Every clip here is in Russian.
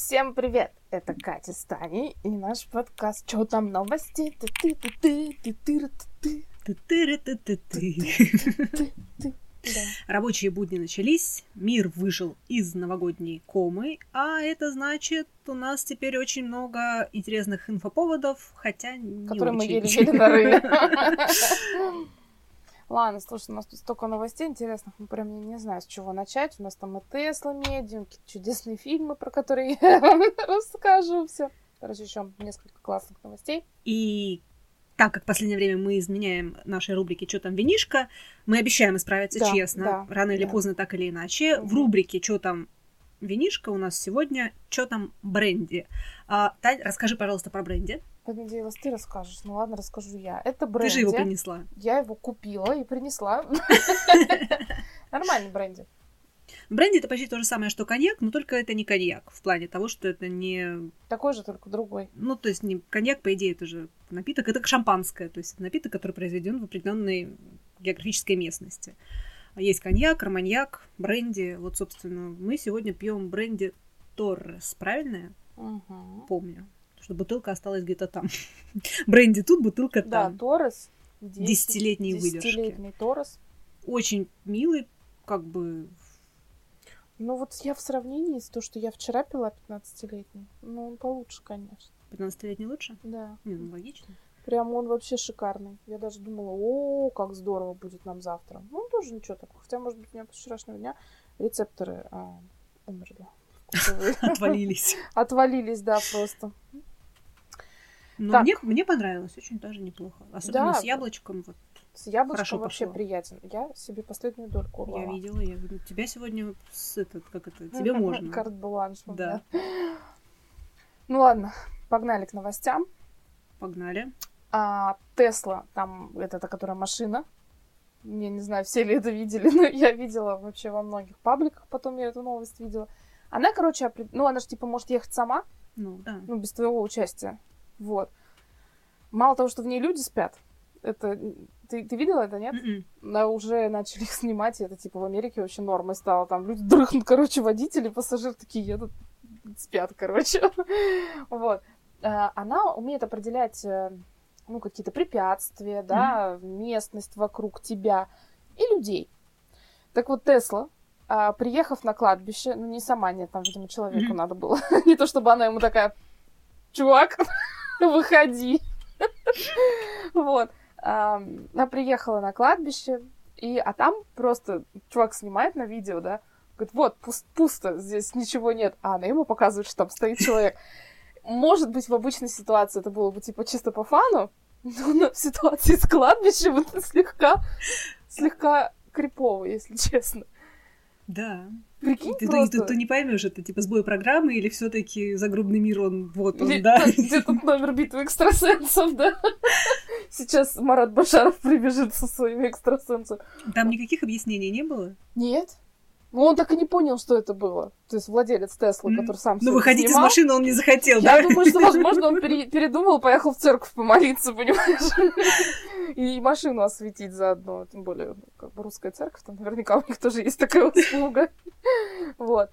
Всем привет! Это Катя с Таней и наш подкаст «Чё там новости?» Рабочие будни начались, мир выжил из новогодней комы, а это значит, у нас теперь очень много интересных инфоповодов, хотя не которые мы очень. еле-еле нарыли. Ладно, слушай, у нас тут столько новостей интересных, мы прям не знаю, с чего начать. У нас там и Тесла Медиум, какие-то чудесные фильмы, про которые я вам расскажу все. Короче, еще несколько классных новостей. И так как в последнее время мы изменяем нашей рубрике «Чё там винишко?», мы обещаем исправиться честно, рано или поздно, так или иначе. В рубрике «Чё там винишко?» у нас сегодня «Чё там бренди?». Тань, расскажи, пожалуйста, про бренди. Надеялась, ты расскажешь. Ну ладно, расскажу я. Это бренди. Ты же его принесла. Я его купила и принесла. Нормальный бренди. Бренди — это почти то же самое, что коньяк, но только это не коньяк. В плане того, что это не... Такой же, только другой. Ну, то есть не коньяк, по идее, это же напиток. Это как шампанское. То есть это напиток, который произведен в определенной географической местности. Есть коньяк, арманьяк, бренди. Вот, собственно, мы сегодня пьем бренди Торрес. Правильно я помню? Потому что бутылка осталась где-то там. Бренди тут, бутылка там. Да, Торрес. 10-летней выдержки. 10-летний Торрес. Очень милый, как бы... Ну вот я в сравнении с то, что я вчера пила 15-летний, ну он получше, конечно. 15-летний лучше? Да. Не, ну логично. Прям он вообще шикарный. Я даже думала, о, как здорово будет нам завтра. Ну, он тоже ничего такого. Хотя, может быть, у меня после вчерашнего дня рецепторы умерли. Отвалились. Отвалились, да, просто. Но мне понравилось, очень даже неплохо. Особенно с яблочком. Вот. С яблочком вообще приятен. Я себе последнюю дольку урвала. Я видела, тебя сегодня тебе можно. Карт-бланш. Да. Ну ладно, погнали к новостям. Погнали. Тесла, там, это которая машина. Я не знаю, все ли это видели, но я видела вообще во многих пабликах, потом я эту новость видела. Она, короче, она же, типа, может ехать сама. Ну, да. Ну, без твоего участия. Вот. Мало того, что в ней люди спят, это... Ты видела это, нет? Да, уже начали их снимать, и это, типа, в Америке вообще нормой стало. Там люди дрыхнут, короче, водители, пассажиры такие едут, спят, короче. Вот. Она умеет определять, ну, какие-то препятствия, да, местность вокруг тебя и людей. Так вот, Тесла, приехав на кладбище, ну, не сама, нет, там, видимо, человеку надо было. Не то, чтобы она ему такая, чувак, выходи. Вот. Она приехала на кладбище, а там просто чувак снимает на видео, да, говорит, вот, пусто, здесь ничего нет. А она ему показывает, что там стоит человек. Может быть, в обычной ситуации это было бы, типа, чисто по фану, но в ситуации с кладбищем это слегка крипово, если честно. Да. Прикинь, ты не поймешь, это типа сбой программы или все-таки загробный мир, он, да? Где тут номер битвы экстрасенсов, да? Сейчас Марат Башаров прибежит со своими экстрасенсами. Там никаких объяснений не было? Нет. Ну, он так и не понял, что это было. То есть владелец Теслы, который сам Ну, выходить из машины он не захотел, да? Я думаю, что, возможно, он передумал, поехал в церковь помолиться, понимаешь? И машину осветить заодно. Тем более, как бы русская церковь, там наверняка у них тоже есть такая услуга. Вот.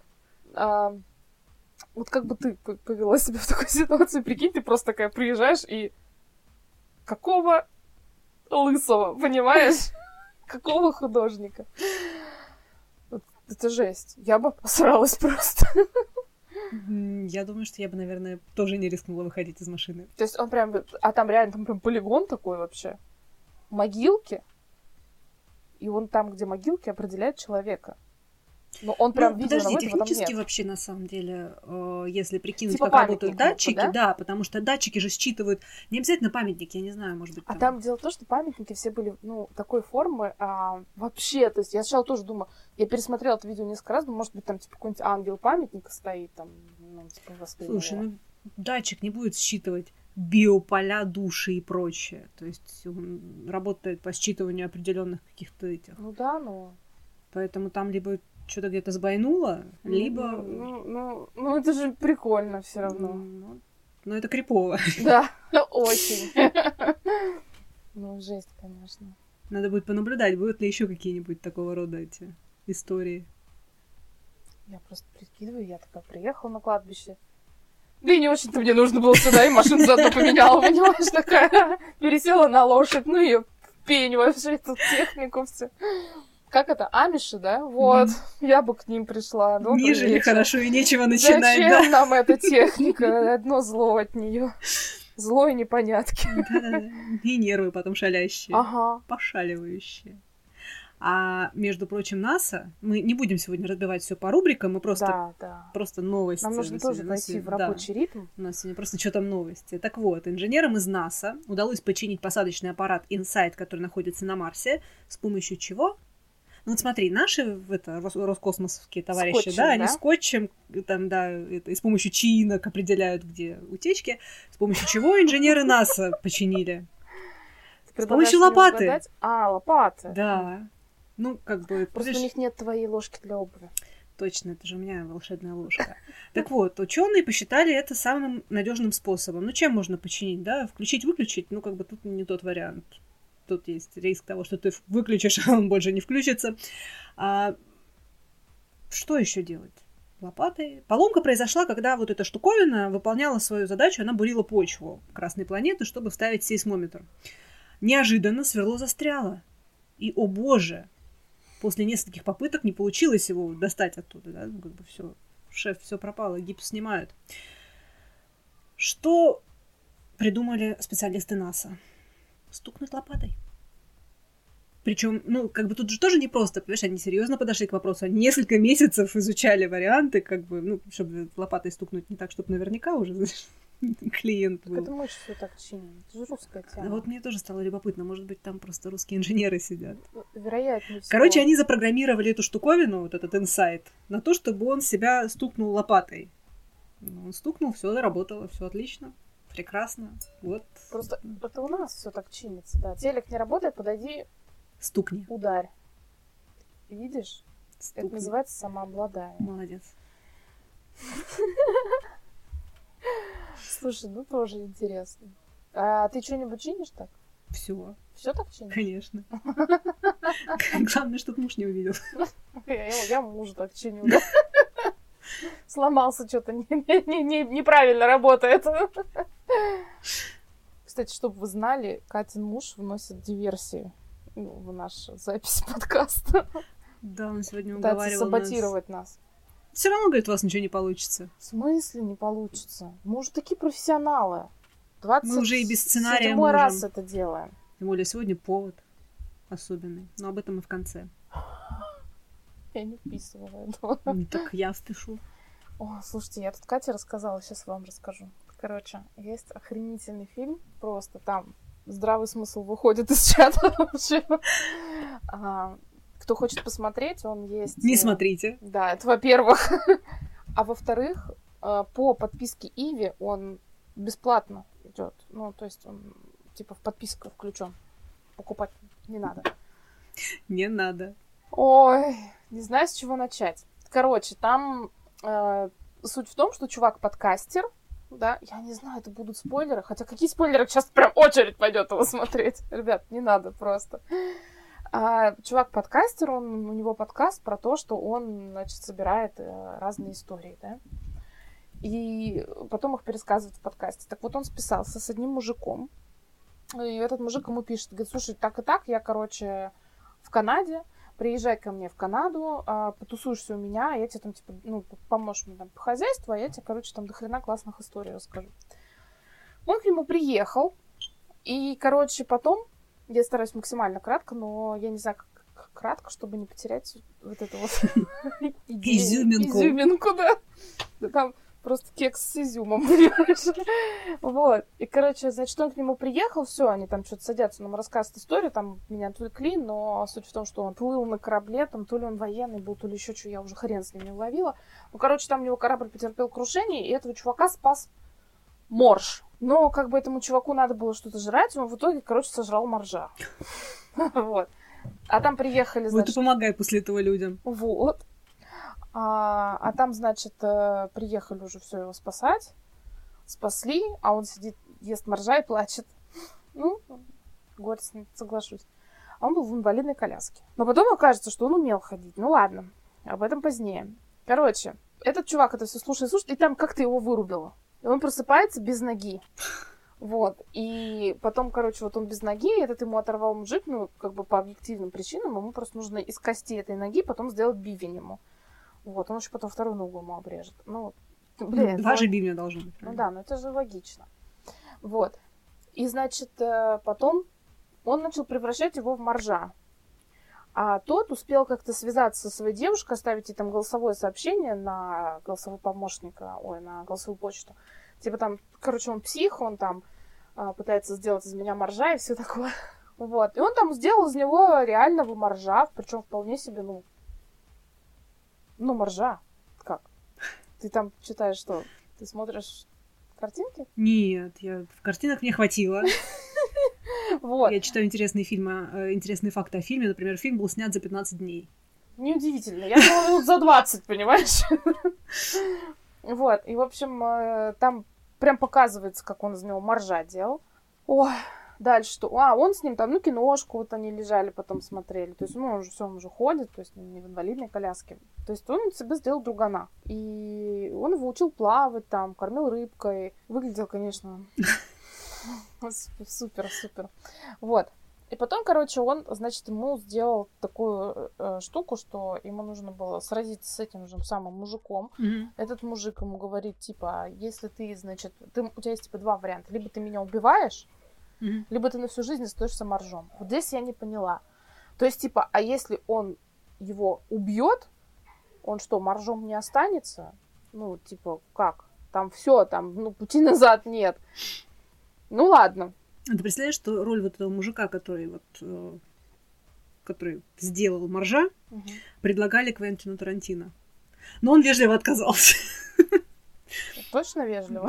Вот как бы ты повела себя в такой ситуации, прикинь, ты просто такая приезжаешь и... Какого лысого, понимаешь? Какого художника? Это жесть. Я бы посралась просто. Я думаю, что я бы, наверное, тоже не рискнула выходить из машины. То есть он прям... А там реально там прям полигон такой вообще. Могилки. И он там, где могилки, определяет человека. Но он прям видео подожди, наводит, технически вообще, на самом деле, если прикинуть, типа как работают датчики, да, потому что датчики же считывают... Не обязательно памятники, я не знаю, может быть... А там дело в том, что памятники все были, ну, такой формы, вообще, то есть я сначала тоже думала, я пересмотрела это видео несколько раз, думаю, может быть, там, типа, какой-нибудь ангел памятника стоит, там, ну, типа, воспринимала. Слушай, ну, датчик не будет считывать биополя, души и прочее. То есть он работает по считыванию определенных каких-то этих. Ну да, но... Поэтому там либо что-то где-то сбойнуло, либо... Ну, это же прикольно все равно. Ну, это крипово. Да, очень. Ну, жесть, конечно. Надо будет понаблюдать, будут ли еще какие-нибудь такого рода эти истории. Я просто прикидываю, я такая приехала на кладбище, Да и не очень-то мне нужно было сюда, и машину заодно поменяла, понимаешь, такая. Пересела на лошадь, ну ее пень вообще, эту технику все. Как это, амиши, да? Вот, я бы к ним пришла. Не жили хорошо и нечего начинать, да? Зачем нам эта техника? Одно зло от нее. Зло и непонятки. Да, и нервы потом шалящие, пошаливающие. А, между прочим, НАСА, мы не будем сегодня разбивать все по рубрикам, мы просто новости. Нам нужно тоже войти в рабочий ритм. У нас сегодня просто что там новости. Так вот, инженерам из НАСА удалось починить посадочный аппарат InSight, который находится на Марсе, с помощью чего? Ну вот смотри, наши роскосмосовские товарищи, скотчем, они скотчем, там, и с помощью чаинок определяют, где утечки, с помощью чего инженеры НАСА починили? С помощью лопаты. Лопаты. Да. Ну, как бы... Просто у них нет твоей ложки для обуви. Точно, это же у меня волшебная ложка. Так вот, ученые посчитали это самым надежным способом. Ну, чем можно починить, да? Включить-выключить, ну, как бы тут не тот вариант. Тут есть риск того, что ты выключишь, а он больше не включится. Что еще делать? Лопатой. Поломка произошла, когда вот эта штуковина выполняла свою задачу, она бурила почву Красной планеты, чтобы вставить сейсмометр. Неожиданно сверло застряло. И, о боже, после нескольких попыток не получилось его достать оттуда, да? Как бы все, шеф, все пропало, гипс снимают. Что придумали специалисты НАСА? Стукнуть лопатой. Причем, ну, как бы тут же тоже непросто, понимаешь, они серьезно подошли к вопросу. Они несколько месяцев изучали варианты, как бы, ну, чтобы лопатой стукнуть не так, чтобы наверняка уже, знаешь, клиент был. Так это мы все так чиним. Это же русская тема. Вот мне тоже стало любопытно. Может быть, там просто русские инженеры сидят. Вероятнее всего. Короче, они запрограммировали эту штуковину, вот этот InSight, на то, чтобы он себя стукнул лопатой. Он стукнул, все заработало, все отлично. Прекрасно. Вот. Просто это у нас все так чинится, да. Телек не работает, подойди. Стукни. Ударь. Видишь? Стукни. Это называется самообладание. Молодец. Слушай, ну тоже интересно. А ты что-нибудь чинишь так? Все. Все так чинишь? Конечно. Главное, чтобы муж не увидел. Я мужа так чиню. Сломался что-то, неправильно работает. Кстати, чтобы вы знали, Катин муж вносит диверсии в нашу запись подкаста. Да, он сегодня пытается уговаривал саботировать нас. Все равно, говорит, у вас ничего не получится. В смысле не получится? Мы уже такие профессионалы. Мы уже и без сценария можем. 7-й раз это делаем. Тем более сегодня повод особенный. Но об этом и в конце. Я не вписывала этого. Так я впишу. О, слушайте, я тут Кате рассказала, сейчас вам расскажу. Короче, есть охренительный фильм. Просто там здравый смысл выходит из чата вообще. Кто хочет посмотреть, он есть... Не смотрите. Да, это во-первых. А во-вторых, по подписке Иви он бесплатно идет. Ну, то есть он типа в подписку включен. Покупать не надо. Не надо. Ой, не знаю, с чего начать. Короче, там суть в том, что чувак подкастер, да, я не знаю, это будут спойлеры, хотя какие спойлеры, сейчас прям очередь пойдет его смотреть. Ребят, не надо просто. Чувак-подкастер, у него подкаст про то, что он, значит, собирает разные истории, да, и потом их пересказывает в подкасте. Так вот, он списался с одним мужиком, и этот мужик ему пишет, говорит, слушай, так и так, я, короче, в Канаде, приезжай ко мне в Канаду, потусуешься у меня, я тебе там, типа, ну, поможешь мне там по хозяйству, а я тебе, короче, там дохрена классных историй расскажу. Он к нему приехал, и, короче, потом я стараюсь максимально кратко, но я не знаю, как кратко, чтобы не потерять вот эту вот изюминку. Изюминку, да. Да там просто кекс с изюмом, понимаешь? Вот. И, короче, значит, он к нему приехал, все, они там что-то садятся, он ему рассказывает историю, там меня отвлекли, но суть в том, что он плыл на корабле, там то ли он военный был, то ли еще что, я уже хрен с ним не уловила. Ну, короче, там у него корабль потерпел крушение, и этого чувака спас морж. Но как бы этому чуваку надо было что-то жрать, он в итоге, короче, сожрал моржа. Вот. А там приехали, значит... Вот и помогай после этого людям. Вот. А там, значит, приехали уже все его спасать. Спасли, а он сидит, ест моржа и плачет. Ну, горестно, соглашусь. А он был в инвалидной коляске. Но потом окажется, что он умел ходить. Ну ладно, об этом позднее. Короче, этот чувак это все слушает, и там как-то его вырубило. И он просыпается без ноги. Вот. И потом, короче, вот он без ноги, этот ему оторвал мужик, ну, как бы по объективным причинам, ему просто нужно из кости этой ноги потом сделать бивень ему. Вот. Он еще потом вторую ногу ему обрежет. Ну, блин. Два же бивня должно быть. Ну да, но это же логично. Вот. И, значит, потом он начал превращать его в моржа. А тот успел как-то связаться со своей девушкой, оставить ей там голосовое сообщение на голосового помощника, на голосовую почту. Типа там, короче, он псих, он там пытается сделать из меня моржа и все такое. Вот. И он там сделал из него реального моржа, причем вполне себе, моржа. Как? Ты там читаешь что? Ты смотришь картинки? Нет, в картинок мне хватило. Вот. Я читаю интересные факты о фильме. Например, фильм был снят за 15 дней. Неудивительно. Я думала, минут за 20, понимаешь? Вот. И, в общем, там прям показывается, как он из него моржа делал. Ой, дальше что? Он с ним там, киношку вот они лежали, потом смотрели. То есть, он уже ходит, то есть не в инвалидной коляске. То есть он себе сделал другана. И он его учил плавать там, кормил рыбкой. Выглядел, конечно... Супер. Вот. И потом, короче, он, значит, ему сделал такую штуку, что ему нужно было сразиться с этим же самым мужиком. Mm-hmm. Этот мужик ему говорит, типа, если ты, значит, у тебя есть, типа, два варианта. Либо ты меня убиваешь, mm-hmm. либо ты на всю жизнь остаешься моржом. Вот здесь я не поняла. То есть, типа, а если он его убьет, он что, моржом не останется? Ну, типа, как? Там все, там, пути назад нет. Ну, ладно. Ты представляешь, что роль вот этого мужика, который сделал моржа, предлагали Квентину Тарантино. Но он вежливо отказался. Точно вежливо?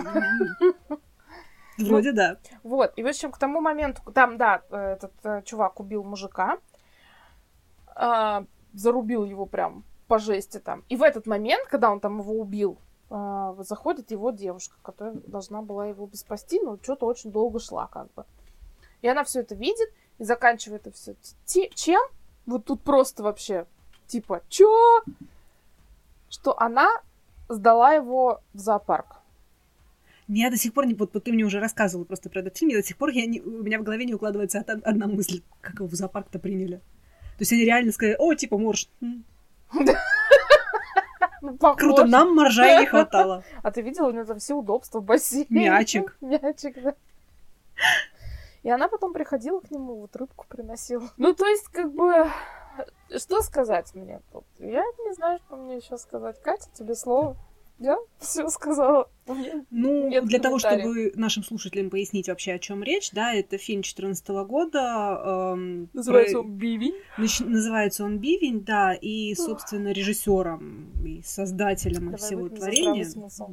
Вроде да. Вот. И, в общем, к тому моменту, там, да, этот чувак убил мужика, зарубил его прям по жести там. И в этот момент, когда он там его убил, заходит его девушка, которая должна была его спасти, но что-то очень долго шла, как бы. И она все это видит и заканчивает это все чем? Вот тут просто вообще, типа, чё? Что она сдала его в зоопарк. Я до сих пор вот ты мне уже рассказывала просто про этот фильм, до сих пор у меня в голове не укладывается одна мысль, как его в зоопарк-то приняли. То есть они реально сказали, типа морж. Круто, нам моржа и не хватало. А ты видела, у него там все удобства в бассейне. Мячик, да. И она потом приходила к нему, вот рыбку приносила. Ну, то есть, как бы, что сказать мне тут? Я не знаю, что мне еще сказать. Катя, тебе слово. Я все сказала. Для того, чтобы нашим слушателям пояснить вообще, о чем речь, да, это фильм 2014 года. Называется он «Бивень». Называется он «Бивень», да, и, собственно, режиссером и создателем всего творения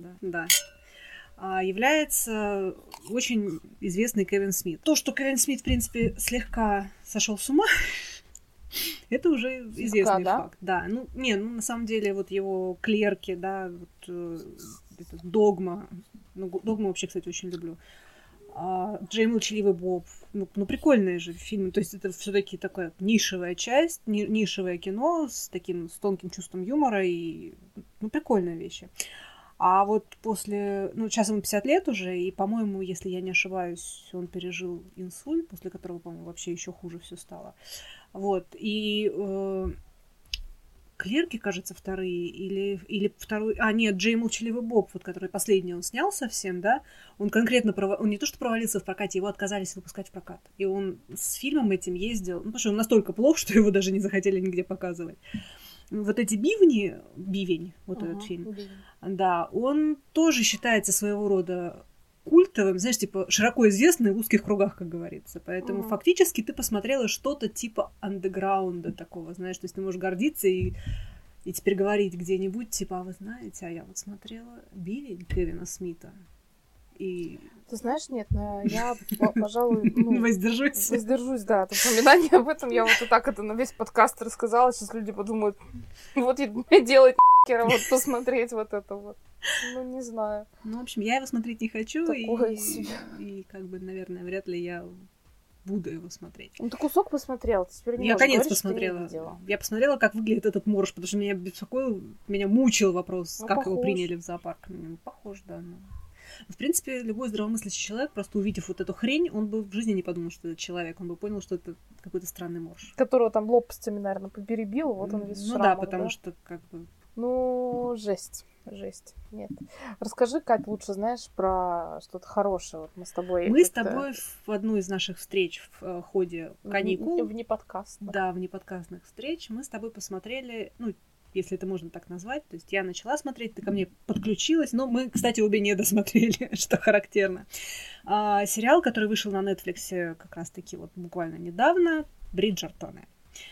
является очень известный Кевин Смит. То, что Кевин Смит, в принципе, слегка сошел с ума, это уже известный факт. Да. На самом деле, вот его «Клерки», да, вот это «Догма». «Догму» вообще, кстати, очень люблю. «Джей Молчаливый Боб». Прикольные же фильмы. То есть это все-таки такая нишевая часть, нишевое кино с тонким чувством юмора и прикольные вещи. А вот после... сейчас ему 50 лет уже, и, по-моему, если я не ошибаюсь, он пережил инсульт, после которого, по-моему, вообще еще хуже все стало. Вот. И «Клерки», кажется, вторые, или второй... нет, «Джей Молчаливый Боб», вот, который последний он снял совсем, да, он конкретно... Он не то что провалился в прокате, его отказались выпускать в прокат. И он с фильмом этим ездил... потому что он настолько плох, что его даже не захотели нигде показывать. Вот эти «Бивень», вот этот фильм, «Бивень», да, он тоже считается своего рода культовым, знаешь, типа широко известный в узких кругах, как говорится. Поэтому фактически ты посмотрела что-то типа андеграунда такого, знаешь, то есть ты можешь гордиться и теперь говорить где-нибудь, типа, вы знаете, а я вот смотрела «Бивень» Кевина Смита. И... Ты знаешь, нет, я, пожалуй... Воздержусь, да, от упоминания об этом. Я вот и так это на весь подкаст рассказала. Сейчас люди подумают, вот делать вот посмотреть вот это вот. Не знаю. В общем, я его смотреть не хочу. И как бы, наверное, вряд ли я буду его смотреть. Ты кусок посмотрела, ты теперь не я можешь конец говорить, посмотрела. Я посмотрела, как выглядит этот морж, потому что меня беспокоил, меня мучил вопрос, как его приняли в зоопарк. Похож, да. В принципе, любой здравомыслящий человек, просто увидев вот эту хрень, он бы в жизни не подумал, что это человек, он бы понял, что это какой-то странный морж. Которого там лопастями, наверное, поперебил, вот он весь в шрамах, потому что как бы... Ну, жесть. Нет. Расскажи, Кать, лучше знаешь про что-то хорошее. Вот мы с тобой... Мы с тобой в одну из наших встреч в ходе каникул... Внеподкастных. Да, внеподкастных встреч мы с тобой посмотрели, если это можно так назвать. То есть я начала смотреть, ты ко мне подключилась, но мы, кстати, обе не досмотрели, что характерно. Сериал, который вышел на Netflix как раз-таки вот буквально недавно, «Бриджертоны».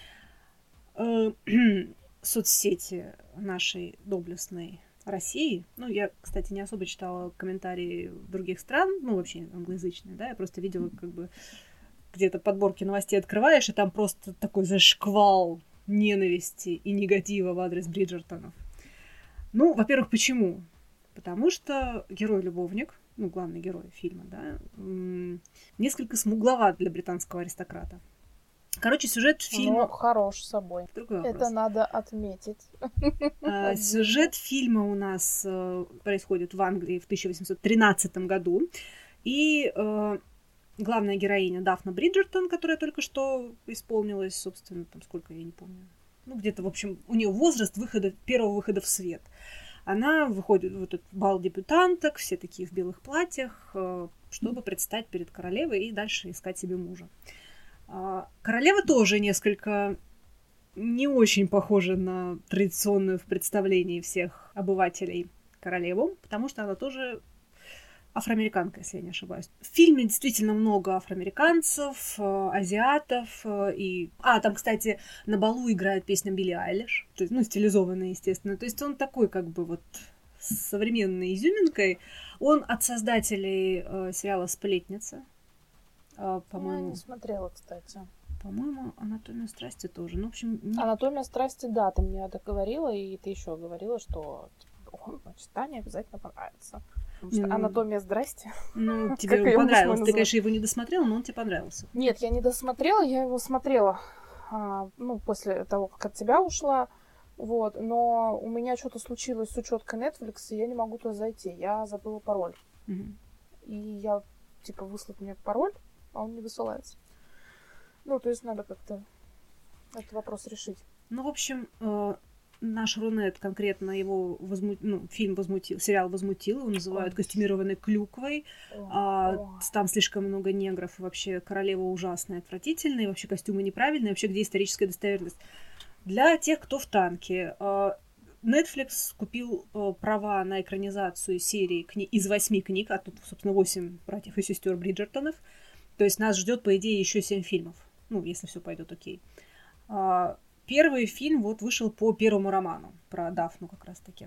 Соцсети нашей доблестной России. Я, кстати, не особо читала комментарии других стран, вообще англоязычные, да, я просто видела, как бы, где-то подборки новостей открываешь, и там просто такой зашквал ненависти и негатива в адрес Бриджертонов. Во-первых, почему? Потому что герой-любовник, главный герой фильма, да, несколько смугловат для британского аристократа. Короче, сюжет фильма... хорош собой. Это надо отметить. Сюжет фильма у нас происходит в Англии в 1813 году. И главная героиня Дафна Бриджертон, которая только что исполнилась, собственно, там сколько, я не помню. Где-то, в общем, у нее возраст первого выхода в свет. Она выходит в этот бал дебютанток, все такие в белых платьях, чтобы предстать перед королевой и дальше искать себе мужа. Королева тоже несколько не очень похожа на традиционную в представлении всех обывателей королеву, потому что она тоже афроамериканка, если я не ошибаюсь. В фильме действительно много афроамериканцев, азиатов и... там, кстати, на балу играет песня Билли Айлиш, то есть, стилизованная, естественно. То есть он такой, как бы, вот, с современной изюминкой. Он от создателей сериала «Сплетница». По-моему... Я не смотрела, кстати. По-моему, «Анатомия страсти» тоже. В общем... «Анатомия страсти», да, ты мне это говорила, и ты еще говорила, что Тане обязательно понравится. Потому что «Анатомия здрасти». Тебе он понравилось. Ты, конечно, его не досмотрела, но он тебе понравился. Нет, я не досмотрела, я его смотрела, после того, как от тебя ушла. Вот, но у меня что-то случилось с учеткой Netflix, и я не могу туда зайти. Я забыла пароль. И я, выслать мне пароль, а он не высылается. То есть надо как-то этот вопрос решить. В общем, наш Рунет конкретно его сериал возмутил, его называют костюмированной клюквой. Там слишком много негров, и вообще королева ужасная, отвратительная, и вообще костюмы неправильные, вообще где историческая достоверность. Для тех, кто в танке, Netflix купил права на экранизацию серии из 8 книг, а тут, собственно, 8 братьев и сестер Бриджертонов. То есть нас ждет, по идее, еще 7 фильмов. Если все пойдет окей. Первый фильм вышел по первому роману про Дафну как раз-таки.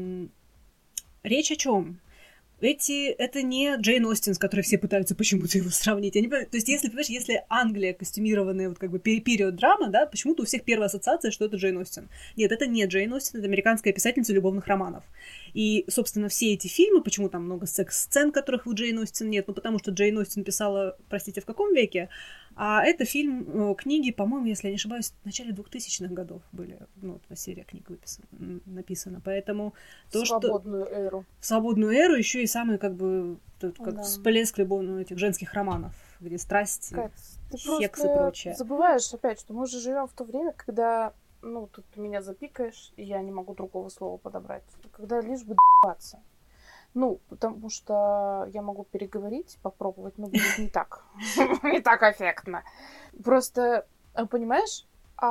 Речь о чем? Это не Джейн Остин, с которой все пытаются почему-то его сравнить. То есть, если Англия костюмированная, период драма, да, почему-то у всех первая ассоциация, что это Джейн Остин. Нет, это не Джейн Остин, это американская писательница любовных романов. И, собственно, все эти фильмы, почему там много секс-сцен, которых у Джейн Остин нет, потому что Джейн Остин писала, простите, в каком веке? А это фильм, книги, по-моему, если я не ошибаюсь, в начале 2000-х годов были, серия книг написана. Поэтому в свободную эру. В свободную эру еще и самый, всплеск этих женских романов, где страсть, Кать, секс и прочее. Ты забываешь опять, что мы же живем в то время, когда, тут ты меня запикаешь, и я не могу другого слова подобрать, когда лишь бы д***аться. Потому что я могу переговорить, попробовать, но будет не так. Не так эффектно. Просто, понимаешь,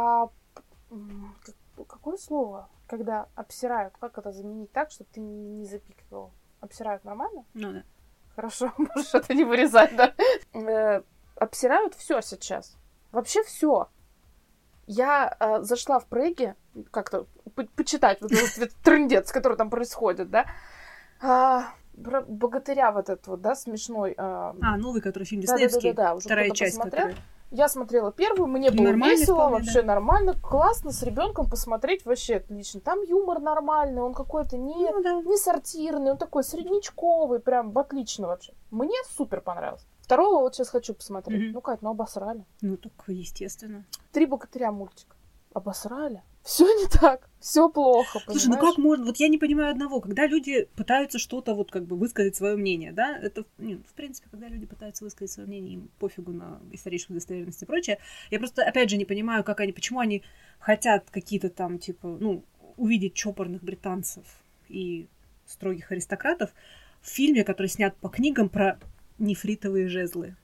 какое слово, когда обсирают, как это заменить так, чтобы ты не запикивал? Обсирают нормально? Да. Хорошо, можешь это не вырезать, да? Обсирают все сейчас. Вообще все. Я зашла в Преге как-то почитать вот этот трындец, который там происходит, да? Про богатыря смешной. Новый, который фильм диснеевский. Да, уже вторая часть, которая... Я смотрела первую, мне было весело, вообще нормально, классно, с ребенком посмотреть вообще отлично. Там юмор нормальный, он какой-то не сортирный, он такой среднячковый, прям отлично вообще. Мне супер понравилось. Второго сейчас хочу посмотреть. Кать, обосрали. Так естественно. 3 богатыря мультик. Обосрали. Все не так, все плохо, понимаешь? Слушай, ну как можно? Вот я не понимаю одного, когда люди пытаются что-то вот как бы высказать свое мнение, да, это, в принципе, когда люди пытаются высказать свое мнение, им пофигу на историческую достоверность и прочее. Я просто, опять же, не понимаю, почему они хотят какие-то там, типа, увидеть чопорных британцев и строгих аристократов в фильме, который снят по книгам про нефритовые жезлы.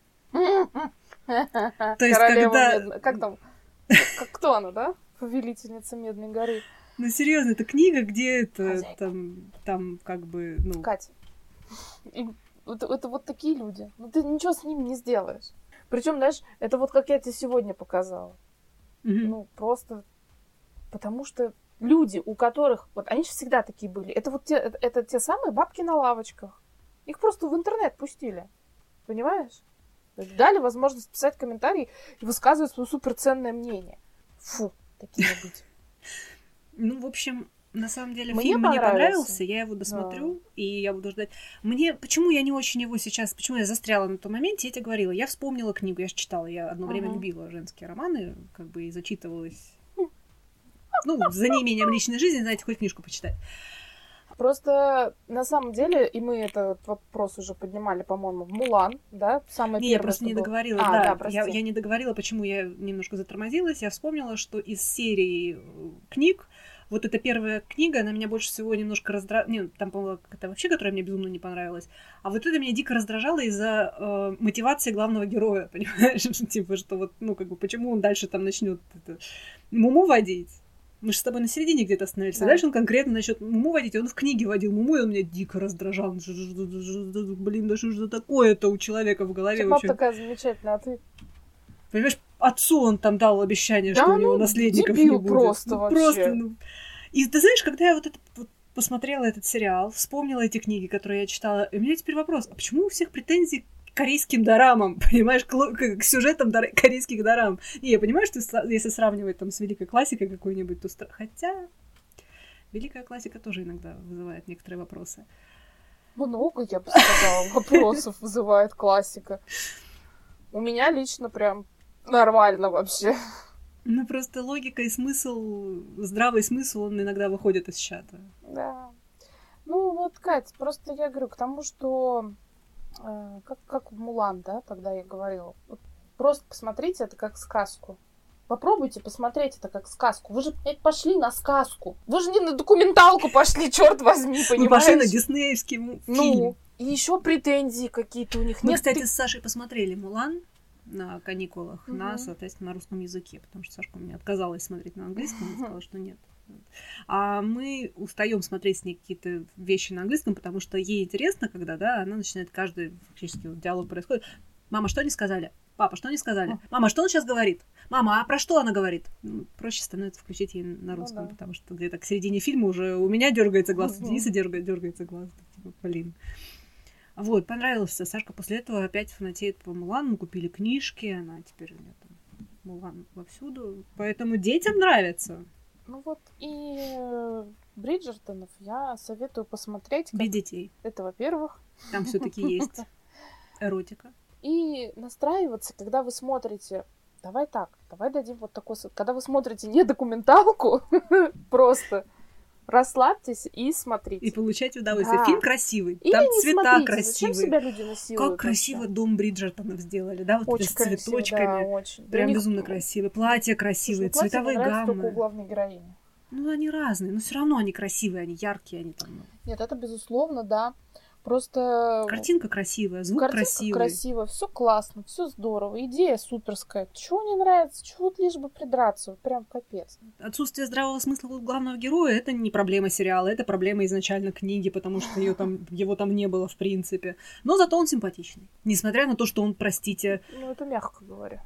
То есть, когда... Как там? Кто она, да? Повелительница Медной горы. Ну, серьезно, это книга, где это там как бы, Катя, это вот такие люди. Ну, ты ничего с ними не сделаешь. Причем, знаешь, это вот как я тебе сегодня показала. Просто потому что люди, у которых... Вот они же всегда такие были. Это вот те самые бабки на лавочках. Их просто в интернет пустили. Понимаешь? Дали возможность писать комментарии и высказывать свое суперценное мнение. Фу, такие быть. В общем, на самом деле фильм мне понравился, я его досмотрю, да. И я буду ждать. Почему я не очень его сейчас, почему я застряла на том моменте, я тебе говорила, я вспомнила книгу, я же читала, я одно время любила женские романы, как бы и зачитывалась, за неимением личной жизни, знаете, хоть книжку почитать. Просто на самом деле, и мы этот вопрос уже поднимали, по-моему, в «Мулан», да? Самое первое, я просто не договорила, я не договорила, почему я немножко затормозилась. Я вспомнила, что из серии книг вот эта первая книга, она меня больше всего немножко раздражала. Нет, там, по-моему, это вообще, которая мне безумно не понравилась. А вот это меня дико раздражало из-за мотивации главного героя, понимаешь? Типа, что вот, почему он дальше там начнет муму водить? Мы же с тобой на середине где-то остановились. Да. А дальше он конкретно насчет муму водить. Он в книге водил муму, и он меня дико раздражал. Блин, да что же такое-то у человека в голове? Мама такая замечательная, а ты... Понимаешь, отцу он там дал обещание, что у него наследников не будет. Просто вообще. И ты знаешь, когда я вот посмотрела этот сериал, вспомнила эти книги, которые я читала, и у меня теперь вопрос, а почему у всех претензий к корейским дорамам, понимаешь, к сюжетам корейских дорам? Не, я понимаю, что если сравнивать там с великой классикой какой-нибудь, то... Хотя великая классика тоже иногда вызывает некоторые вопросы. Много, я бы сказала, вопросов вызывает классика. У меня лично прям нормально вообще. Просто логика и смысл, здравый смысл, он иногда выходит из чата. Да. Вот, Кать, просто я говорю к тому, что как в «Мулан», да, тогда я говорила. Вот просто посмотрите это как сказку. Попробуйте посмотреть это как сказку. Вы же пошли на сказку. Вы же не на документалку пошли, черт возьми, понимаешь? Мы пошли на диснеевский фильм. И еще претензии какие-то у них. Мы, кстати, с Сашей посмотрели «Мулан» на каникулах соответственно, на русском языке, потому что Сашка у меня отказалась смотреть на английском, она сказала, что нет. А мы устаем смотреть с ней какие-то вещи на английском, потому что ей интересно, когда, да, она начинает каждый, фактически, диалог происходит. Мама, что они сказали? Папа, что они сказали? Мама, что он сейчас говорит? Мама, а про что она говорит? Проще становится включить ей на русском, потому что где-то к середине фильма уже у меня дергается глаз, у Дениса дергается глаз. Типа, блин. Вот, понравился. Сашка после этого опять фанатеет по «Мулану». Мы купили книжки, она теперь у нее там «Мулан» вовсюду. Поэтому детям нравится. И Бриджертонов я советую посмотреть. Без детей. Это, во-первых. Там все-таки есть эротика. И настраиваться, когда вы смотрите... Давай дадим вот такой... Когда вы смотрите не документалку, просто... Расслабьтесь и смотрите. И получайте удовольствие. Да. Фильм красивый. Или там не цвета смотрите. красивые. Зачем себя люди насилуют? Как красиво дом Бриджертонов сделали, да? Вот очень с цветочками. Да, очень. Прям безумно красивые. Платья красивые, цветовые гаммы. Только у главной героини. Они разные, но все равно они красивые, они яркие, они там. Нет, это безусловно, да. Просто... Картинка красивая, звук красивый. Красиво, все классно, все здорово, идея суперская. Чего не нравится, чего вот лишь бы придраться, вот прям капец. Отсутствие здравого смысла у главного героя — это не проблема сериала, это проблема изначально книги, потому что его там не было в принципе. Но зато он симпатичный, несмотря на то, что он, простите... это мягко говоря.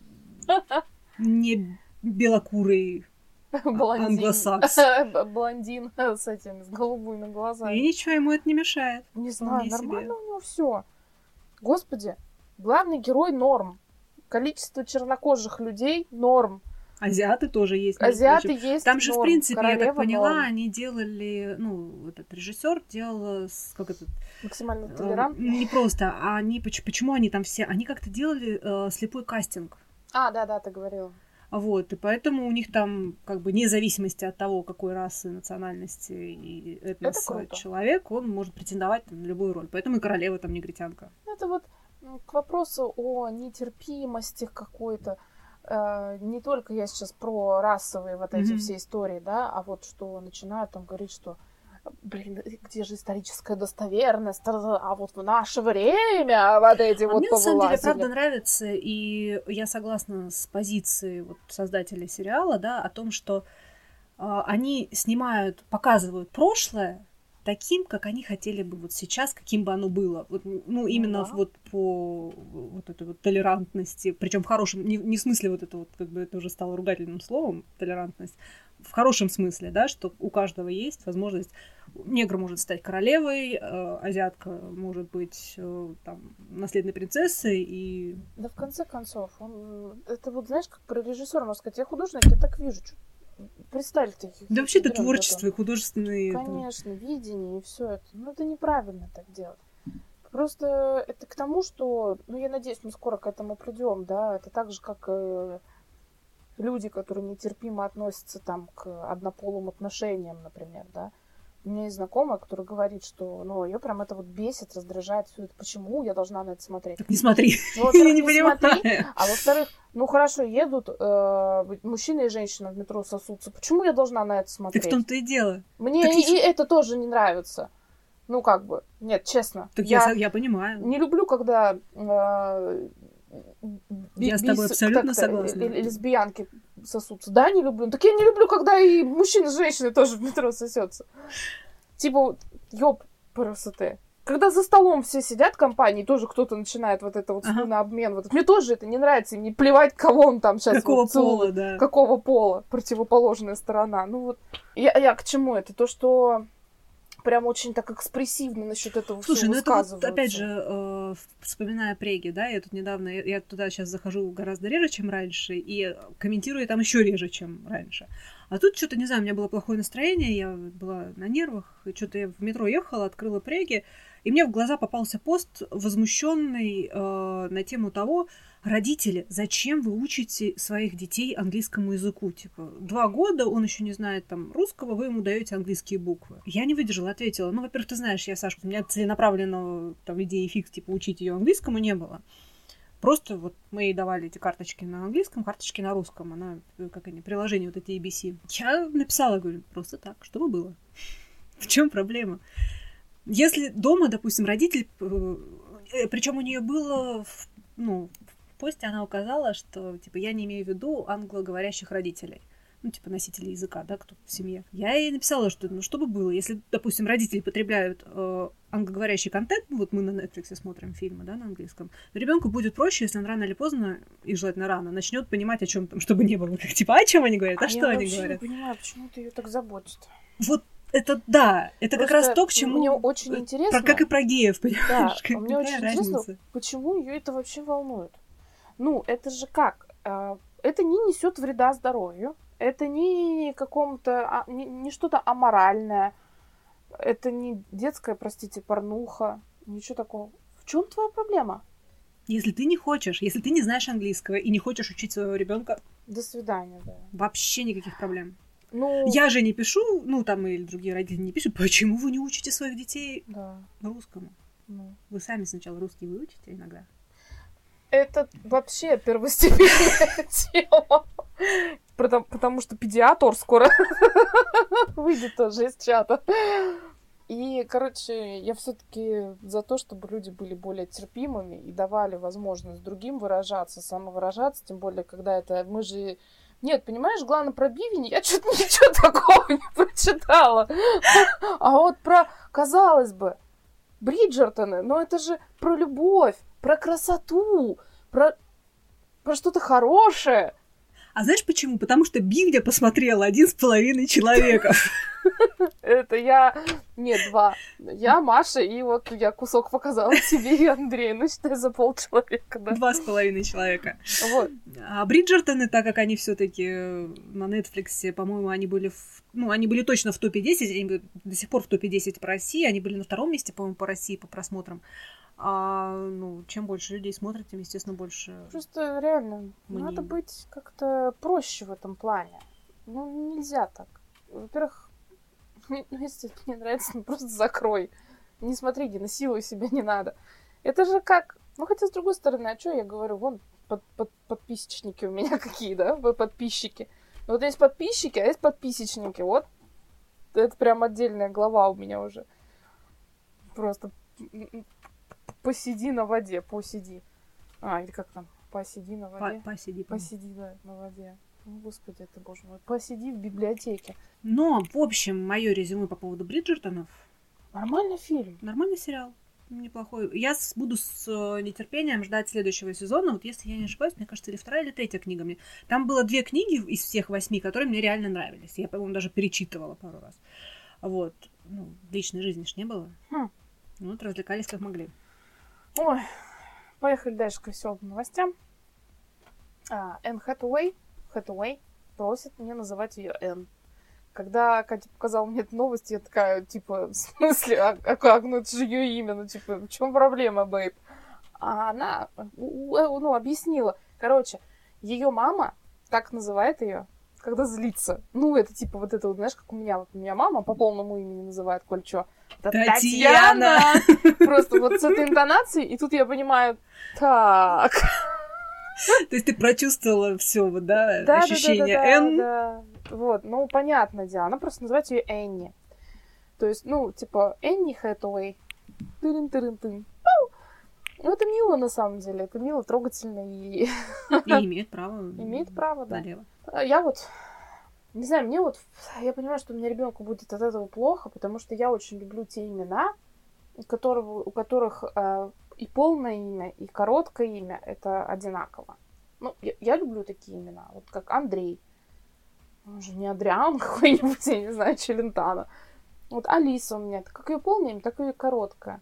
Не белокурый англосакс. Блондин с голубыми глазами. И ничего, ему это не мешает. Не знаю, нормально у него все. Господи, главный герой норм. Количество чернокожих людей норм. Азиаты тоже есть. Азиаты есть. Там же, норм. в принципе, Королева я так поняла, норм. они делали, этот режиссер делал, максимально толерантно. Не просто, а почему они там все, они как-то делали слепой кастинг. Да, ты говорила. Вот, и поэтому у них там, как бы, вне зависимости от того, какой расы, национальности и этноса человек, он может претендовать там, на любую роль. Поэтому и королева там негритянка. Это вот к вопросу о нетерпимости какой-то. Не только я сейчас про расовые вот эти все истории, да, а вот что начинают там говорить, что блин, где же историческая достоверность? А вот в наше время вот эти вот мне, на самом деле, правда нравится, и я согласна с позицией вот создателя сериала, да, о том, что они снимают, показывают прошлое таким, как они хотели бы вот сейчас, каким бы оно было. Вот, ну, именно вот по вот этой вот толерантности, причем в хорошем, не в смысле вот это вот, как бы это уже стало ругательным словом, толерантность, в хорошем смысле, да, что у каждого есть возможность. Негр может стать королевой, азиатка может быть там наследной принцессой и... Да в конце концов, это вот, знаешь, как про режиссера, можно сказать, я художник, я так вижу, представь таких. Да вообще-то творчество и художественные... Конечно, видение и все это. Ну, это неправильно так делать. Просто это к тому, что... Ну, я надеюсь, мы скоро к этому придем, да. Это так же, как люди, которые нетерпимо относятся там к однополым отношениям, например, да. У меня есть знакомая, которая говорит, что, ну, ее прям это вот бесит, раздражает, все это. Почему я должна на это смотреть? Так не смотри. Ну, я не понимаю. А во-вторых, ну, хорошо, едут мужчина и женщина в метро сосутся. Почему я должна на это смотреть? Так в том-то и дело. Мне и это тоже не нравится. Ну, как бы, нет, честно. Так я понимаю. Не люблю, когда я с тобой абсолютно согласна. Лесбиянки сосутся. Да, не люблю. Так я не люблю, когда и мужчина с женщиной тоже в метро сосется. Типа, ёб красоты. Когда за столом все сидят в компании, тоже кто-то начинает вот это вот слюный обмен. Вот. Мне тоже это не нравится. И мне плевать, кого он там сейчас какого вот целует. Пола, да. Какого пола. Противоположная сторона. Ну вот. Я к чему это? То, что прям очень так экспрессивно насчет этого всего высказываются. Это вот, опять же, вспоминая Преги, да, я тут недавно, я туда сейчас захожу гораздо реже, чем раньше, и комментирую там еще реже, чем раньше. А тут что-то, не знаю, у меня было плохое настроение, я была на нервах, и что-то я в метро ехала, открыла Преги, и мне в глаза попался пост возмущенный на тему того, родители, зачем вы учите своих детей английскому языку? Типа, 2 года, он еще не знает там русского, вы ему даете английские буквы. Я не выдержала, ответила. Ну, во-первых, ты знаешь, я, Сашка, у меня целенаправленного там идеи фикс, типа, учить ее английскому не было. Просто вот мы ей давали эти карточки на английском, карточки на русском. Она, как они, приложения вот эти ABC. Я написала, говорю, просто так, чтобы было. В чем проблема? Если дома, допустим, родитель, причем у нее было, ну, в посте она указала, что, типа, я не имею в виду англоговорящих родителей. Ну, типа, носителей языка, да, кто в семье. Я ей написала, что, ну, что бы было, если, допустим, родители потребляют англоговорящий контент, ну, вот мы на Netflix смотрим фильмы, да, на английском, ребенку будет проще, если он рано или поздно, и желательно рано, начнет понимать, о чем там, чтобы не было, как, типа, о чем они говорят, а что они говорят. Я вообще не понимаю, почему это ее так заботит. Вот это да, это просто как раз то, к чему... Мне очень интересно... Как и про геев, понимаешь? Да, мне очень интересно, почему ее это вообще волнует. Ну, это же как? Это не несет вреда здоровью, это не какому-то... не что-то аморальное, это не детская, простите, порнуха, ничего такого. В чем твоя проблема? Если ты не хочешь, если ты не знаешь английского и не хочешь учить своего ребенка... До свидания, да. Вообще никаких проблем. Ну, я же не пишу, ну, там, или другие родители не пишут, почему вы не учите своих детей русскому? Ну. Вы сами сначала русский выучите иногда. Это вообще первостепенная тема. Потому что педиатр скоро выйдет тоже из чата. И, короче, я все-таки за то, чтобы люди были более терпимыми и давали возможность другим выражаться, самовыражаться, тем более, когда это... Мы же... Нет, понимаешь, главное, про бивень я что-то ничего такого не прочитала. А вот про, казалось бы, Бриджертоны, но это же про любовь, про красоту, про что-то хорошее. А знаешь почему? Потому что бивня посмотрела 1,5 человека. Это я... Нет, 2. Я, Маша, и вот я кусок показала тебе и Андрею. Ну, считай, за полчеловека, да. 2,5 человека. Вот. А Бриджертоны, так как они все-таки на Netflix, по-моему, они были они были точно в топе 10, они до сих пор в топе 10 по России, они были на 2-м месте, по-моему, по России по просмотрам. Чем больше людей смотрят, тем, естественно, больше... Просто реально, надо быть как-то проще в этом плане. Нельзя так. Во-первых, если это не нравится, просто закрой. Не смотри, не насилуй себя, не надо. Это же как... хотя, с другой стороны, а что я говорю? Вон подписчики у меня какие, да? Подписчики. Вот есть подписчики, а есть подписчники. Вот. Это прям отдельная глава у меня уже. Просто посиди на воде, посиди. Или как там? Посиди на воде. Посиди, да, на воде. Господи, это, боже мой. Посиди в библиотеке. Но, в общем, мое резюме по поводу Бриджертонов. Нормальный фильм. Нормальный сериал. Неплохой. Я буду с нетерпением ждать следующего сезона. Вот если я не ошибаюсь, мне кажется, или 2-я, или 3-я книга мне. Там было 2 книги из всех 8, которые мне реально нравились. Я, по-моему, даже перечитывала пару раз. Вот. В личной жизни ж не было. Развлекались как могли. Ой, поехали дальше к веселым новостям. Энн Хэтэуэй просит меня называть ее Энн. Когда Катя показала мне эту новость, я такая, в смысле, а как? Это же ее имя, в чем проблема, бэйб? А она, объяснила. Короче, ее мама так называет ее, когда злится. Это знаешь, как у меня. Вот меня мама по полному имени называет, коль чё. Татьяна! Просто вот с этой интонацией, и тут я понимаю, так... То есть ты прочувствовала все, ощущение Энн? Да. Вот, понятно, дело. Она просто называет ее Энни. То есть, Энни Хэтэуэй. Тырын-тырын-тын. Это мило, на самом деле. Это мило, трогательно и... И имеет право. Имеет право, да. Налево. Я не знаю, я понимаю, что у меня ребенку будет от этого плохо, потому что я очень люблю те имена, у которых и полное имя, и короткое имя это одинаково. Я люблю такие имена, вот как Андрей. Он же не Адриан какой-нибудь, я не знаю, Челентано. Вот Алиса у меня, это как ее полное имя, так и короткое.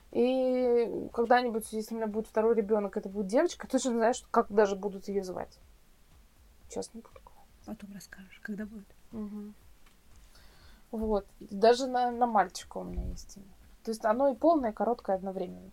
И когда-нибудь, если у меня будет второй ребенок, это будет девочка, я точно знаю, как даже будут ее звать. Сейчас не буду говорить. Потом расскажешь, когда будет. Угу. Вот. Даже на мальчика у меня есть имя. То есть оно и полное, и короткое одновременно.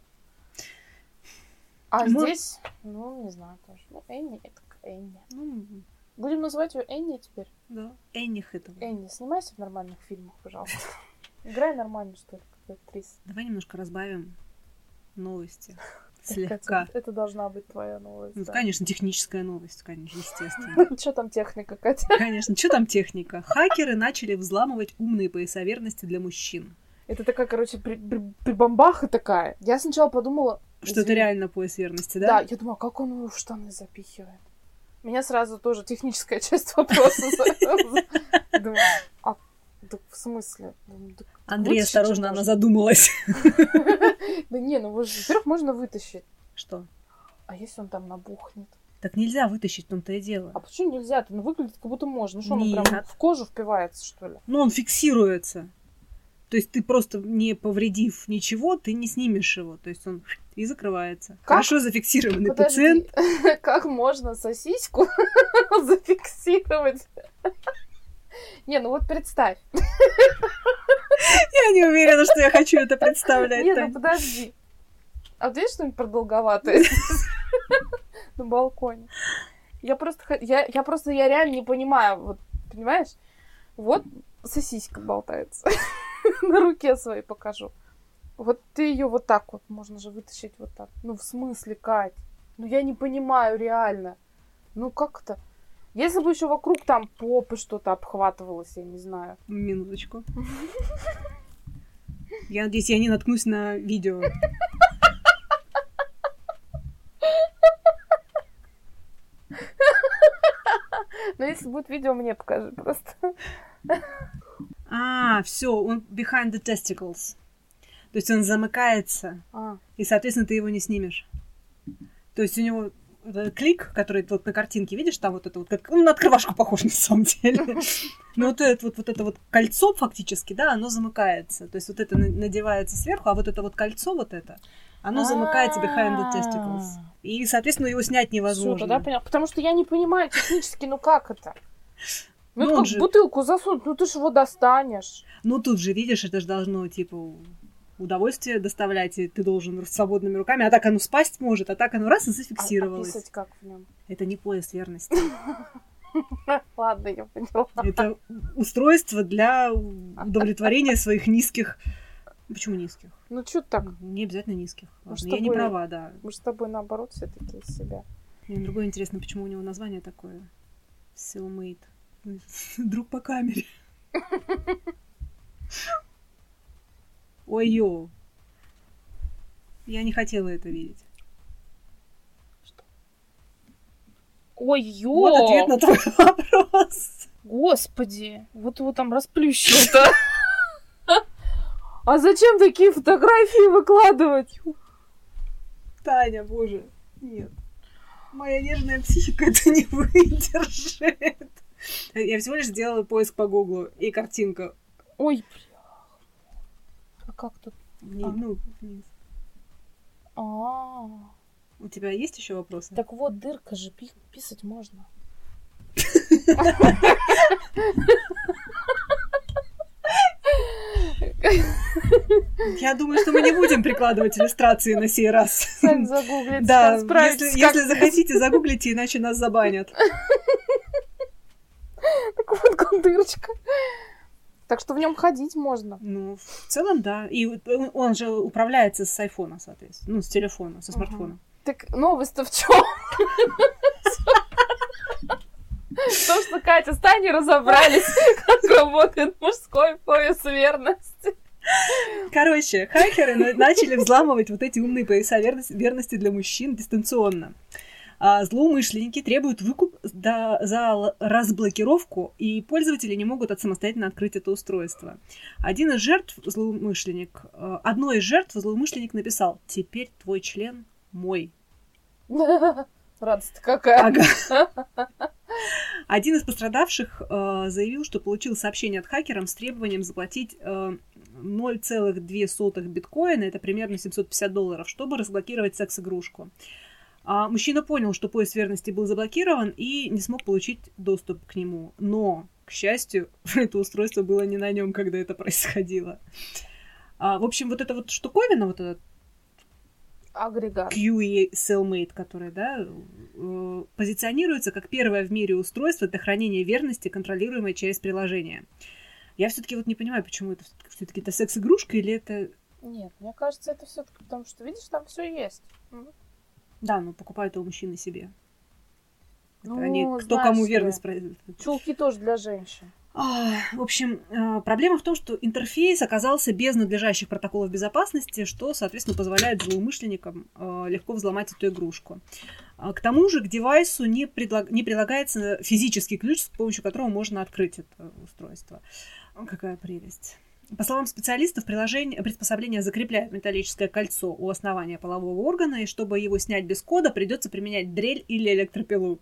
Здесь, не знаю тоже. Энни, это Энни. Будем называть ее Энни теперь? Да. Энни Хэтэуэй. Энни, снимайся в нормальных фильмах, пожалуйста. Играй нормально, что ли, как актриса. Давай немножко разбавим новости. Слегка. Это должна быть твоя новость. Конечно, техническая новость, конечно, естественно. Что там техника, Катя? Конечно, что там техника? Хакеры начали взламывать умные пояса верности для мужчин. Это такая, прибамбаха такая. Я сначала подумала... Что это реально пояс верности, да? Да, я думала, как он его в штаны запихивает. Меня сразу тоже техническая часть вопроса. Думаю, в смысле? Андрей, осторожно, она задумалась. Да не, во-первых, можно вытащить. Что? А если он там набухнет? Так нельзя вытащить, в том-то и дело. А почему нельзя? Это выглядит, как будто можно. Что, он прям в кожу впивается, что ли? Он фиксируется. То есть ты просто не повредив ничего, ты не снимешь его. То есть он и закрывается. Хорошо зафиксированный пациент. Как можно сосиску зафиксировать? Не, представь. Я не уверена, что я хочу это представлять. Нет, подожди. А вот видишь что-нибудь продолговатое на балконе? Я реально не понимаю. Вот, понимаешь? Вот сосиска болтается. На руке своей покажу. Вот ты ее вот так вот, можно же вытащить вот так. В смысле, Кать? Я не понимаю реально. Как это? Если бы еще вокруг там попы что-то обхватывалось, я не знаю. Минуточку. Я надеюсь, я не наткнусь на видео. Но если будет видео, мне покажи просто. Все, он behind the testicles. То есть он замыкается, и, соответственно, ты его не снимешь. То есть у него клик, который вот на картинке, видишь, там вот это вот, как на открывашку похож на самом деле. Но вот это кольцо фактически, да, оно замыкается. То есть вот это надевается сверху, а вот это вот кольцо вот это, оно замыкается behind the testicles. И, соответственно, его снять невозможно. Всё, тогда поняла. Потому что я не понимаю технически, как это? Это как бутылку засунуть, ты же его достанешь. Тут же, видишь, это же должно, удовольствие доставлять, и ты должен свободными руками, а так оно спасть может, а так оно раз и зафиксировалось. А писать как в нем? Это не пояс верности. Ладно, я поняла. Это устройство для удовлетворения своих низких... Почему низких? Ну, чё так? Не обязательно низких. Может, Я не права, да. Мы с тобой, наоборот, все-таки из себя. Мне другое интересно, почему у него название такое. Soulmate. Друг по камере. Ой-ё. Я не хотела это видеть. Ой-ё! Вот ответ на твой вопрос. Господи, вот его там расплющило-то. А зачем такие фотографии выкладывать? Таня, боже, нет. Моя нежная психика это не выдержит. Я всего лишь сделала поиск по Гуглу, и картинка. Ой, бля. А как тут? Ну, вниз. У тебя есть еще вопросы? Так вот, дырка же, писать можно. Я думаю, что мы не будем прикладывать иллюстрации на сей раз. Сами загуглите. Да, если захотите, загуглите, иначе нас забанят. Так вот, дырочка. Так что в нем ходить можно. Ну, в целом, да. И он же управляется с айфона, соответственно. Ну, с телефона, со смартфона. Так новость-то в чем? То, что Катя с Таней разобрались, как работает мужской пояс верности. Короче, хакеры начали взламывать вот эти умные пояса верности для мужчин дистанционно. А злоумышленники требуют выкуп за разблокировку, и пользователи не могут самостоятельно открыть это устройство. Одной из жертв злоумышленник написал: «Теперь твой член мой». Радость какая. Ага. Один из пострадавших заявил, что получил сообщение от хакеров с требованием заплатить 0,2 биткоина, это примерно $750, чтобы разблокировать секс-игрушку. Мужчина понял, что пояс верности был заблокирован и не смог получить доступ к нему. Но, к счастью, это устройство было не на нем, когда это происходило. В общем, вот эта вот штуковина, вот этот агрегат QE Cellmate, который, да, позиционируется как первое в мире устройство для хранения верности, контролируемое через приложение. Я все-таки вот не понимаю, почему это все-таки это секс-игрушка или это... Нет, мне кажется, это все-таки потому, что, видишь, там все есть. Да, но покупают у мужчины себе. Ну, они, кто кому верность... Чулки тоже для женщин. В общем, проблема в том, что интерфейс оказался без надлежащих протоколов безопасности, что, соответственно, позволяет злоумышленникам легко взломать эту игрушку. К тому же к девайсу не прилагается физический ключ, с помощью которого можно открыть это устройство. Какая прелесть. По словам специалистов, приспособление закрепляет металлическое кольцо у основания полового органа, и чтобы его снять без кода, придется применять дрель или электропилу.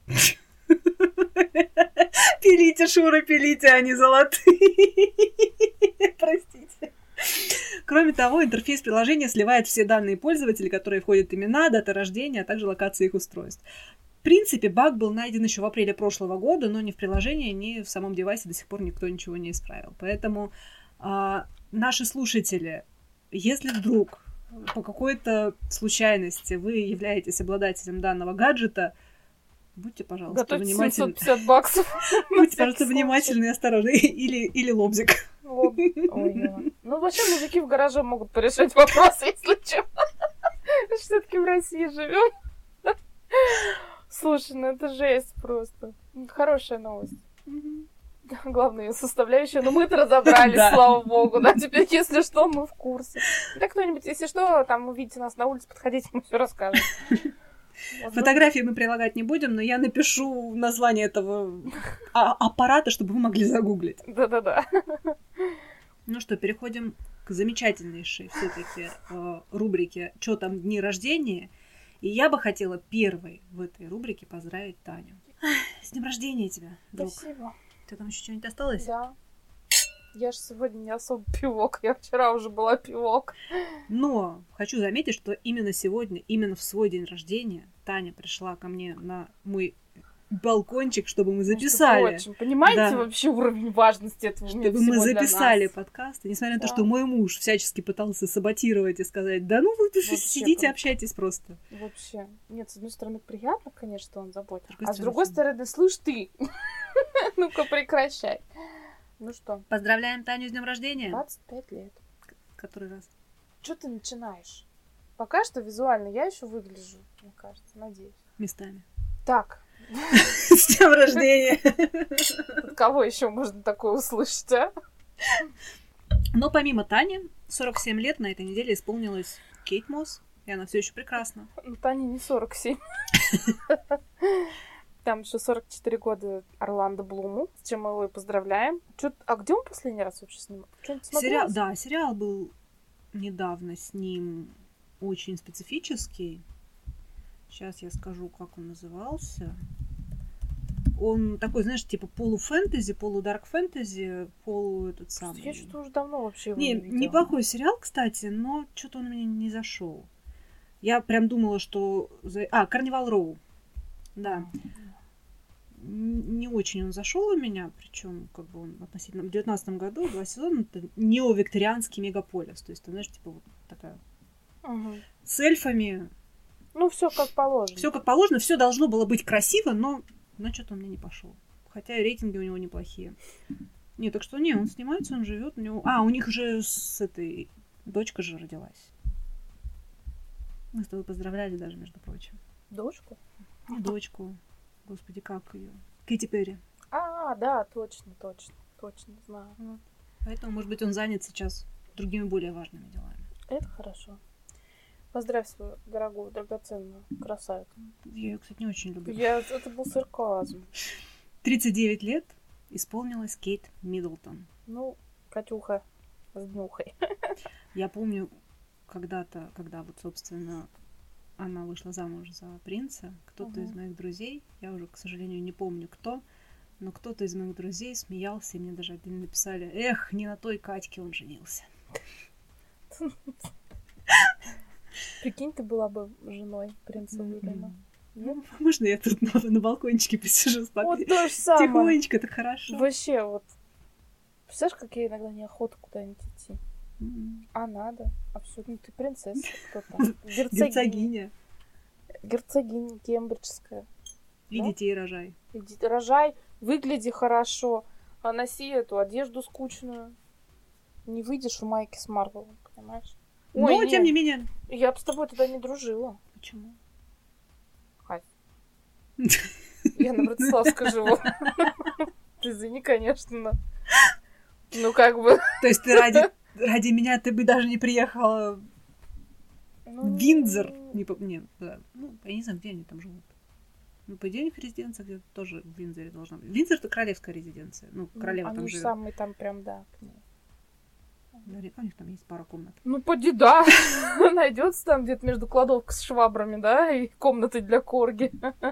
Пилите, Шура, пилите, они золотые. Простите. Кроме того, интерфейс приложения сливает все данные пользователей, которые входят имена, дата рождения, а также локации их устройств. В принципе, баг был найден еще в апреле прошлого года, но ни в приложении, ни в самом девайсе до сих пор никто ничего не исправил. Поэтому наши слушатели, если вдруг по какой-то случайности вы являетесь обладателем данного гаджета, будьте, пожалуйста, внимательны. $750. Будьте, пожалуйста, внимательны и осторожны. Или лобзик. Ой, ну, вообще, мужики в гараже могут порешать вопрос, если что. Все-таки в России живем. Слушай, ну это жесть просто. Хорошая новость. Главная ее составляющая. Но мы-то разобрались, слава богу. Да, теперь, если что, мы в курсе. Да, кто-нибудь, если что, там увидите нас на улице, подходите, мы все расскажем. Фотографии мы прилагать не будем, но я напишу название этого аппарата, чтобы вы могли загуглить. Да-да-да. Ну что, переходим к замечательнейшей все-таки рубрике «Чё там дни рождения?». И я бы хотела первой в этой рубрике поздравить Таню. С днем рождения тебя, друг. Спасибо. У тебя там еще что-нибудь осталось? Да. Я же сегодня не особо пивок. Я вчера уже была пивок. Но хочу заметить, что именно сегодня, именно в свой день рождения, Таня пришла ко мне на мой балкончик, чтобы мы записали. Между прочим, понимаете Да. вообще уровень важности этого Чтобы всего мы для записали нас? подкаст. И несмотря на то, Да. что мой муж всячески пытался саботировать и сказать, да ну вы Вообще сидите, просто. общайтесь просто. Вообще. Нет, с одной стороны, приятно, конечно, что он заботится. С другой А с стороны, другой фу. стороны, слышь ты, ну-ка прекращай. Ну что, Поздравляем Таню с днем рождения. 25 лет. Который раз. Что ты начинаешь? Пока что визуально я еще выгляжу, мне кажется, надеюсь. Местами. Так, С днем рождения. от кого еще можно такое услышать, а? Но помимо Тани, 47 лет на этой неделе исполнилась Кейт Мосс, и она все еще прекрасна. Ну, Таня не 47. Там еще 44 года Орландо Блуму, с чем мы его и поздравляем. А где он последний раз вообще снимал? Что-нибудь смотрелось? Сериал был недавно с ним очень специфический. Сейчас я скажу, как он назывался. Он такой, знаешь, типа полуфэнтези, полударк-фэнтези, этот самый. Я что-то уже давно вообще его Не, не видела. неплохой сериал, кстати, но что-то он мне не зашел. Я прям думала, что... Карнивал Роу. Да. Не очень он зашел у меня, причем как бы он относительно в 2019 году, 2 сезона, это неовикторианский мегаполис. То есть, ты знаешь, типа вот такая Угу. с эльфами. Ну, все как положено. Все как положено, все должно было быть красиво, но что-то он мне не пошел. Хотя рейтинги у него неплохие. Не, так что не, он снимается, он живет. У него... у них же с этой дочка же родилась. Мы с тобой поздравляли даже, между прочим. Дочку? Не дочку. Господи, как ее? Кэти Перри. Да, точно, знаю. Вот. Поэтому, может быть, он занят сейчас другими более важными делами. Это хорошо. Поздравь свою дорогую, драгоценную красавицу. Я ее, кстати, не очень люблю. Это был сарказм. 39 лет исполнилась Кейт Миддлтон. Ну, Катюха с днюхой. Я помню когда-то, когда вот, собственно, она вышла замуж за принца, кто-то из моих друзей, я уже, к сожалению, не помню кто, но кто-то из моих друзей смеялся, и мне даже один написали: «Эх, не на той Катьке он женился». Прикинь, ты была бы женой принца Уильяма. Нет? Можно я тут на балкончике посижу спокойно? Вот то же самое. Тихонечко, так хорошо. Вообще, вот. Представляешь, как я иногда неохота куда-нибудь идти? А надо. Абсолютно. Ты принцесса. Кто там? Герцогиня. Герцогиня кембриджская. И Да? детей рожай. Иди, рожай, выгляди хорошо, а носи эту одежду скучную. Не выйдешь в майке с Марвелом, понимаешь? Но, тем не менее... Я бы с тобой тогда не дружила. Почему? Хай. Я на Братиславской живу. Ты извини, конечно, но... Ну, как бы... То есть ты ради меня ты бы даже не приехала в Виндзор? Нет, да. Ну, я не знаю, где они там живут. Ну, по идее, у них резиденция где-то тоже в Виндзоре должна быть. Виндзор — это королевская резиденция. Ну, королева там они же живет. самые там прям, да, к ней. Наверняка у них там есть пара комнат. Ну, поди, да. Найдется там где-то между кладовкой с швабрами, да, и комнатой для корги.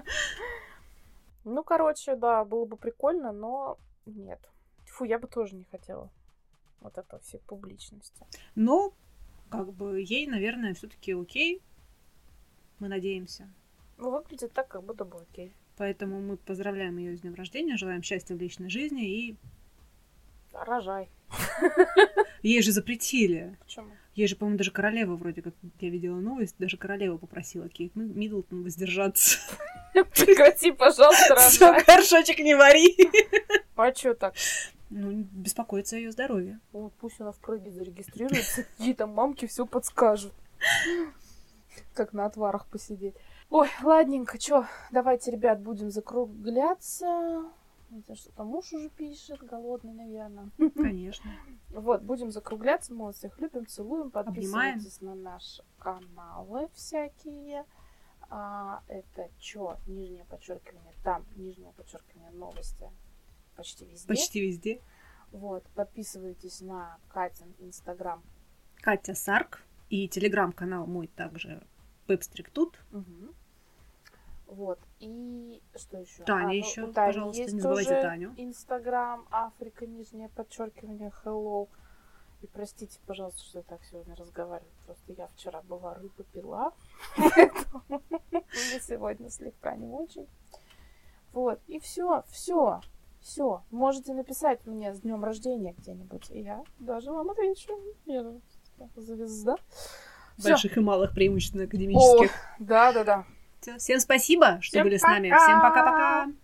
Ну, короче, да, было бы прикольно, но нет. Фу, я бы тоже не хотела вот это всей публичности. Но, как бы, ей, наверное, все-таки окей. Мы надеемся. Ну, выглядит так, как будто бы окей. Поэтому мы поздравляем ее с днем рождения, желаем счастья в личной жизни и... Рожай. Ей же запретили. Почему? Ей же, по-моему, даже королева, вроде как, я видела новость, даже королева попросила Кейт Миддлтон воздержаться. Прекрати, пожалуйста, рожай. Горшочек не вари. А чё так? Ну, беспокоиться о ее здоровье. Вот пусть она в проге зарегистрируется, ей там мамки все подскажут. Как на отварах посидеть. Ой, ладненько, чё, давайте, ребят, будем закругляться. Это что-то муж уже пишет, голодный, наверное. Конечно. Вот, будем закругляться, мы вас всех любим, целуем, Обнимаем. подписывайтесь на наши каналы всякие. Это чё, нижнее подчеркивание, там, нижнее подчеркивание, новости почти везде. Почти везде. Вот, подписывайтесь на Катин Инстаграм. Катя Сарк. И телеграм-канал мой также Пепстриктут. Угу. Вот, и что еще? Таня еще, пожалуйста, не забывайте Таню. Инстаграм, Африка, нижнее подчеркивание, hello. И простите, пожалуйста, что я так сегодня разговариваю. Просто я вчера была рыба пила, поэтому мне сегодня слегка не очень. Вот, и все. Можете написать мне с днем рождения где-нибудь, и я даже вам отвечу. Я звезда. Больших и малых, преимущественно академических. Да. Всем спасибо, что были с нами. Всем пока-пока.